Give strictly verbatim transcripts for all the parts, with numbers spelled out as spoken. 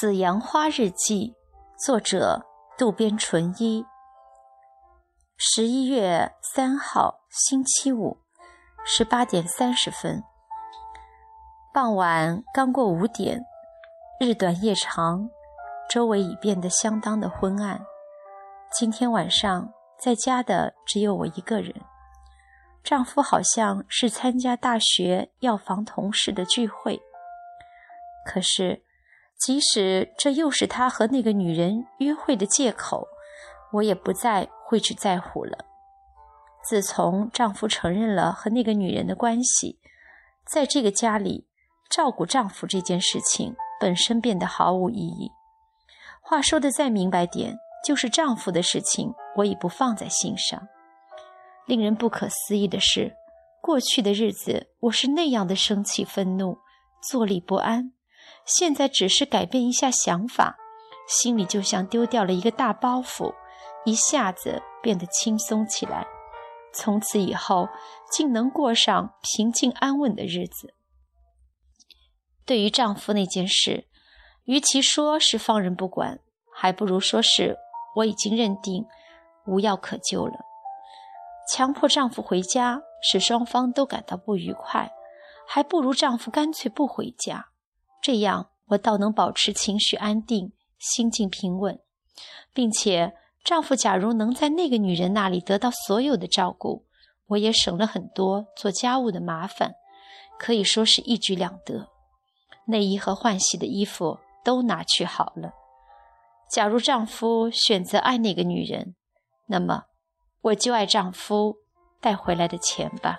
紫阳花日记，作者渡边淳一。十一月三号，星期五，十八点三十分。傍晚刚过五点，日短夜长，周围已变得相当的昏暗。今天晚上在家的只有我一个人。丈夫好像是参加大学药房同事的聚会，可是即使这又是他和那个女人约会的借口，我也不再会去在乎了。自从丈夫承认了和那个女人的关系，在这个家里照顾丈夫这件事情本身变得毫无意义。话说得再明白点，就是丈夫的事情我已不放在心上。令人不可思议的是，过去的日子我是那样的生气愤怒，坐立不安，现在只是改变一下想法，心里就像丢掉了一个大包袱，一下子变得轻松起来，从此以后竟能过上平静安稳的日子。对于丈夫那件事，与其说是放任不管，还不如说是我已经认定无药可救了。强迫丈夫回家，使双方都感到不愉快，还不如丈夫干脆不回家，这样我倒能保持情绪安定，心境平稳，并且丈夫假如能在那个女人那里得到所有的照顾，我也省了很多做家务的麻烦，可以说是一举两得。内衣和换洗的衣服都拿去好了。假如丈夫选择爱那个女人，那么我就爱丈夫带回来的钱吧。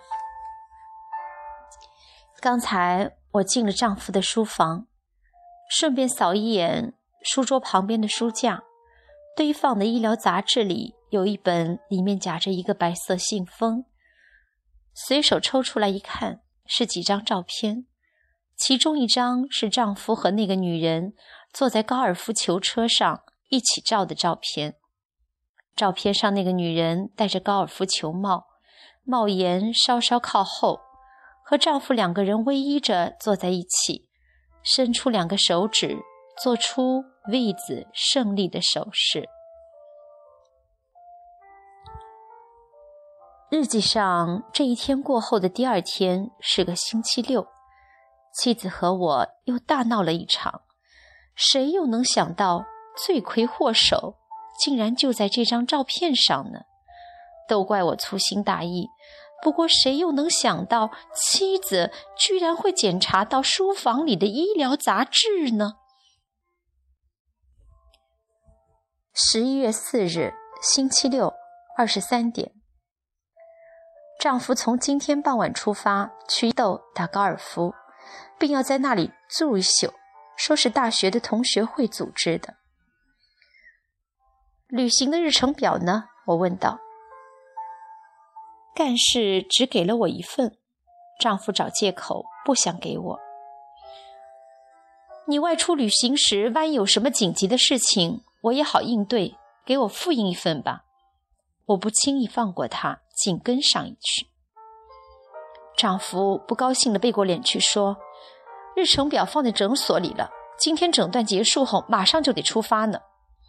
刚才我进了丈夫的书房，顺便扫一眼书桌旁边的书架，堆放的医疗杂志里有一本，里面夹着一个白色信封，随手抽出来一看，是几张照片，其中一张是丈夫和那个女人坐在高尔夫球车上一起照的照片。照片上那个女人戴着高尔夫球帽，帽檐稍稍靠后，和丈夫两个人偎依着坐在一起，伸出两个手指，做出 V 字胜利的手势。日记上这一天过后的第二天是个星期六，妻子和我又大闹了一场，谁又能想到罪魁祸首竟然就在这张照片上呢？都怪我粗心大意，不过谁又能想到妻子居然会检查到书房里的医疗杂志呢？十一月四日，星期六，二十三点。丈夫从今天傍晚出发去豆打高尔夫，并要在那里住一宿，说是大学的同学会组织的。旅行的日程表呢？我问道。干事只给了我一份，丈夫找借口不想给我。你外出旅行时万一有什么紧急的事情，我也好应对，给我复印一份吧。我不轻易放过他，紧跟上一去。丈夫不高兴地背过脸去说，日程表放在诊所里了，今天诊断结束后马上就得出发呢。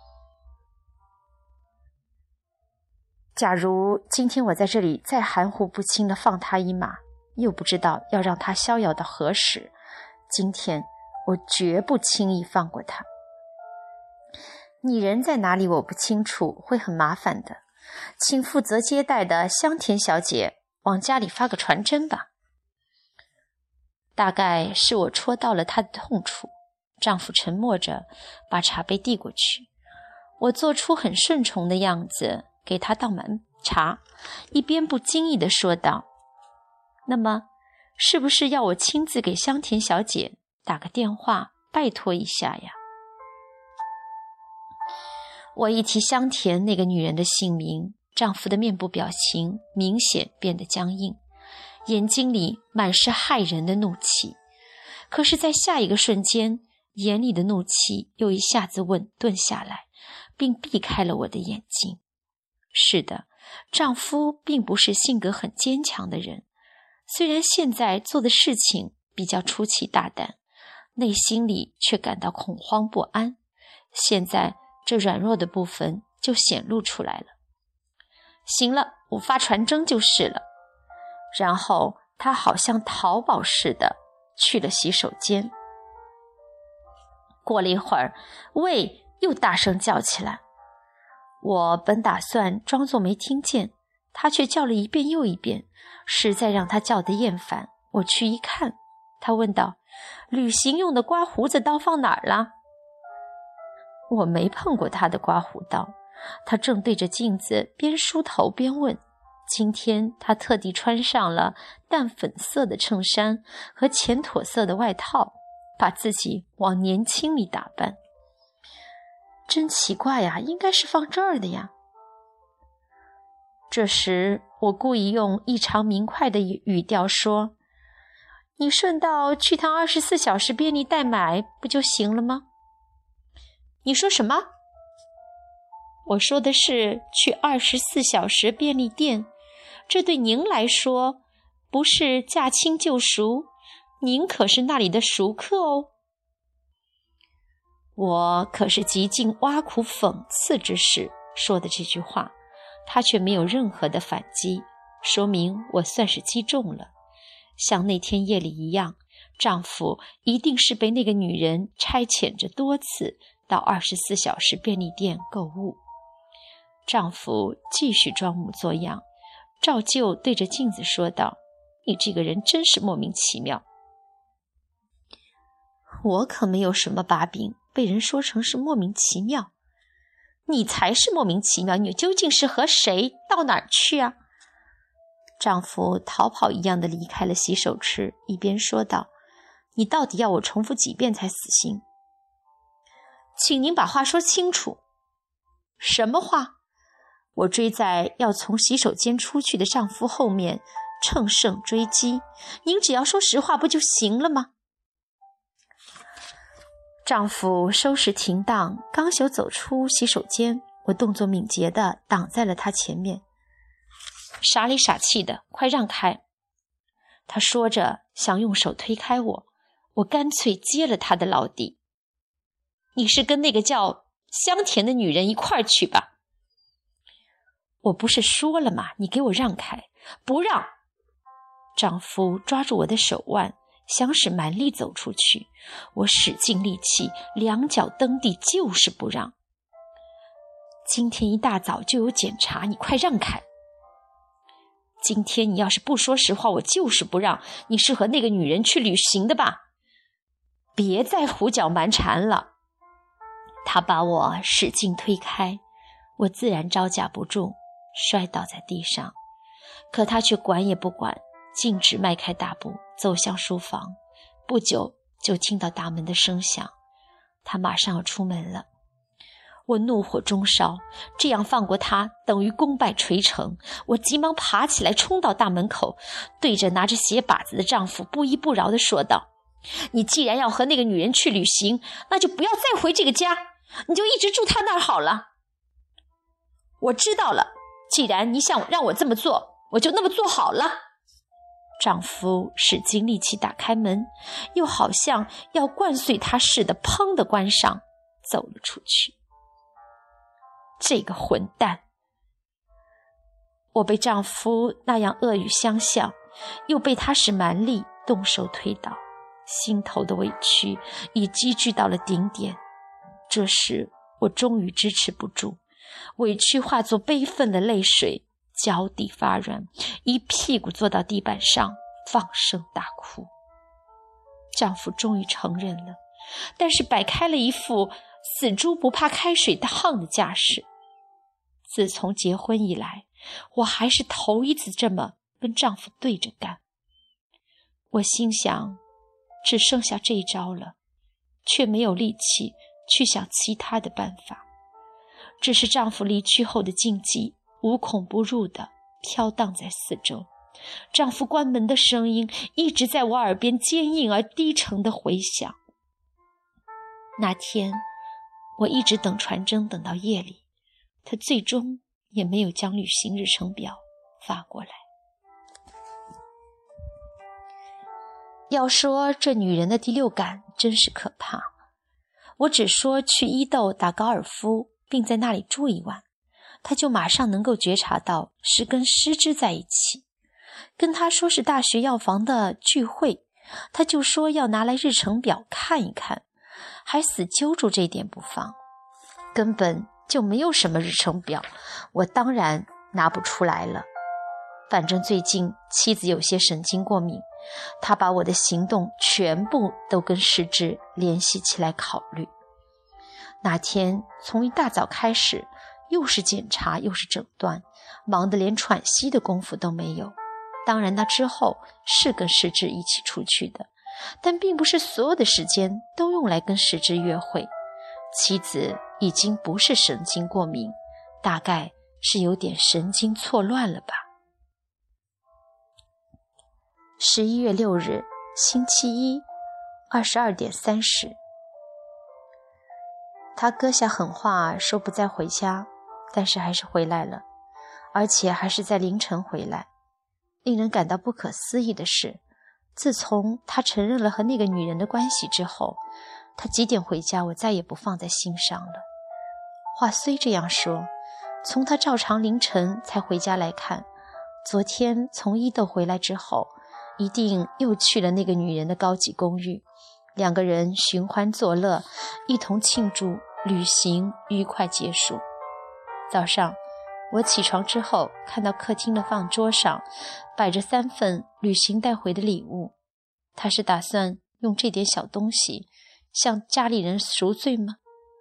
假如今天我在这里再含糊不清地放他一马，又不知道要让他逍遥到何时，今天我绝不轻易放过他。你人在哪里我不清楚，会很麻烦的，请负责接待的香田小姐往家里发个传真吧。大概是我戳到了他的痛处，丈夫沉默着把茶杯递过去，我做出很顺从的样子，给他倒满茶，一边不经意地说道，那么是不是要我亲自给香田小姐打个电话拜托一下呀？我一提香田那个女人的姓名，丈夫的面部表情明显变得僵硬，眼睛里满是骇人的怒气。可是在下一个瞬间，眼里的怒气又一下子稳顿下来，并避开了我的眼睛。是的，丈夫并不是性格很坚强的人，虽然现在做的事情比较出奇大胆， 内心里却感到恐慌不安。现在这软弱的部分就显露出来了。行了，我发传真就是了。然后他好像逃跑似的去了洗手间。过了一会儿，喂又大声叫起来。我本打算装作没听见，他却叫了一遍又一遍，实在让他叫得厌烦。我去一看，他问道：旅行用的刮胡子刀放哪儿了？我没碰过他的刮胡刀。他正对着镜子边梳头边问。今天他特地穿上了淡粉色的衬衫和浅驼色的外套，把自己往年轻里打扮。真奇怪呀，应该是放这儿的呀。这时我故意用异常明快的语调说：你顺道去趟二十四小时便利店买不就行了吗？你说什么？我说的是去二十四小时便利店，这对您来说不是驾轻就熟，您可是那里的熟客哦。我可是极尽挖苦讽刺之事说的这句话，他却没有任何的反击，说明我算是击中了。像那天夜里一样，丈夫一定是被那个女人差遣着多次到二十四小时便利店购物。丈夫继续装模作样，照旧对着镜子说道：你这个人真是莫名其妙。我可没有什么把柄，被人说成是莫名其妙。你才是莫名其妙，你究竟是和谁到哪儿去啊？丈夫逃跑一样的离开了洗手池，一边说道：你到底要我重复几遍才死心？请您把话说清楚。什么话？我追在要从洗手间出去的丈夫后面，乘胜追击，您只要说实话不就行了吗？丈夫收拾停当，刚休走出洗手间，我动作敏捷地挡在了他前面。傻里傻气的，快让开！他说着想用手推开我，我干脆接了他的老底。你是跟那个叫香甜的女人一块儿去吧？我不是说了吗？你给我让开！不让！丈夫抓住我的手腕，想使蛮力走出去，我使尽力气，两脚蹬地，就是不让。今天一大早就有检查，你快让开！今天你要是不说实话，我就是不让。你是和那个女人去旅行的吧？别再胡搅蛮缠了。他把我使劲推开，我自然招架不住，摔倒在地上。可他却管也不管，径直迈开大步走向书房。不久就听到大门的声响，他马上要出门了。我怒火中烧，这样放过他等于功败垂成。我急忙爬起来冲到大门口，对着拿着鞋把子的丈夫不依不饶地说道：你既然要和那个女人去旅行，那就不要再回这个家，你就一直住她那儿好了。我知道了，既然你想让我这么做，我就那么做好了。丈夫使尽力气打开门，又好像要灌碎他似的砰地关上，走了出去。这个混蛋！我被丈夫那样恶语相向，又被他使蛮力动手推倒，心头的委屈已积聚到了顶点。这时我终于支持不住，委屈化作悲愤的泪水，脚底发软，一屁股坐到地板上，放声大哭。丈夫终于承认了，但是摆开了一副死猪不怕开水烫的架势。自从结婚以来，我还是头一次这么跟丈夫对着干。我心想，只剩下这一招了，却没有力气去想其他的办法。只是丈夫离去后的禁忌无孔不入地飘荡在四周，丈夫关门的声音一直在我耳边坚硬而低沉地回响。那天我一直等传真等到夜里，他最终也没有将旅行日程表发过来。要说这女人的第六感真是可怕。我只说去伊豆打高尔夫，并在那里住一晚，他就马上能够觉察到是跟失之在一起。跟他说是大学药房的聚会，他就说要拿来日程表看一看，还死揪住这点不放。根本就没有什么日程表，我当然拿不出来了。反正最近妻子有些神经过敏，他把我的行动全部都跟失之联系起来考虑。那天从一大早开始，又是检查又是诊断，忙得连喘息的功夫都没有。当然那之后是跟失之一起出去的，但并不是所有的时间都用来跟失之约会。妻子已经不是神经过敏，大概是有点神经错乱了吧。十一月六日，星期一，二十二点三十。他搁下狠话说不再回家，但是还是回来了，而且还是在凌晨回来。令人感到不可思议的是，自从他承认了和那个女人的关系之后，他几点回家我再也不放在心上了。话虽这样说，从他照常凌晨才回家来看，昨天从伊豆回来之后，一定又去了那个女人的高级公寓，两个人寻欢作乐，一同庆祝旅行愉快结束。早上我起床之后，看到客厅的饭桌上摆着三份旅行带回的礼物，他是打算用这点小东西向家里人赎罪吗？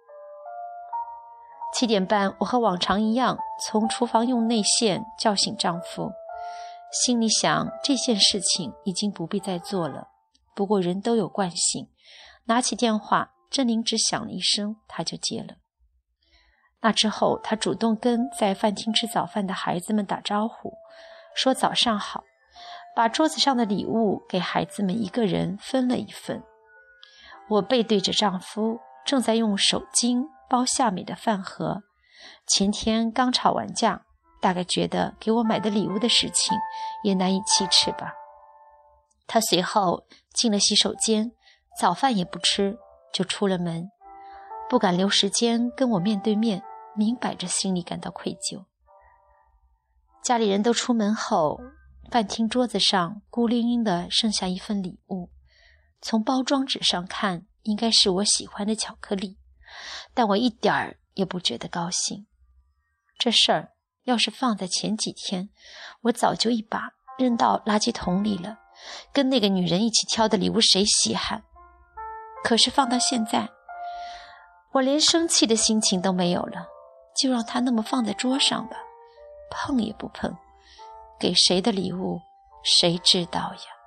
七点半，我和往常一样从厨房用内线叫醒丈夫，心里想这件事情已经不必再做了。不过人都有惯性，拿起电话，振铃只响了一声，他就接了。那之后他主动跟在饭厅吃早饭的孩子们打招呼，说早上好，把桌子上的礼物给孩子们一个人分了一份。我背对着丈夫，正在用手巾包夏美的饭盒，前天刚吵完架，大概觉得给我买的礼物的事情也难以启齿吧。他随后进了洗手间，早饭也不吃，就出了门，不敢留时间跟我面对面，明摆着心里感到愧疚。家里人都出门后，饭厅桌子上孤零零的剩下一份礼物，从包装纸上看，应该是我喜欢的巧克力，但我一点儿也不觉得高兴。这事儿要是放在前几天，我早就一把扔到垃圾桶里了，跟那个女人一起挑的礼物谁稀罕？可是放到现在，我连生气的心情都没有了，就让它那么放在桌上吧，碰也不碰，给谁的礼物谁知道呀。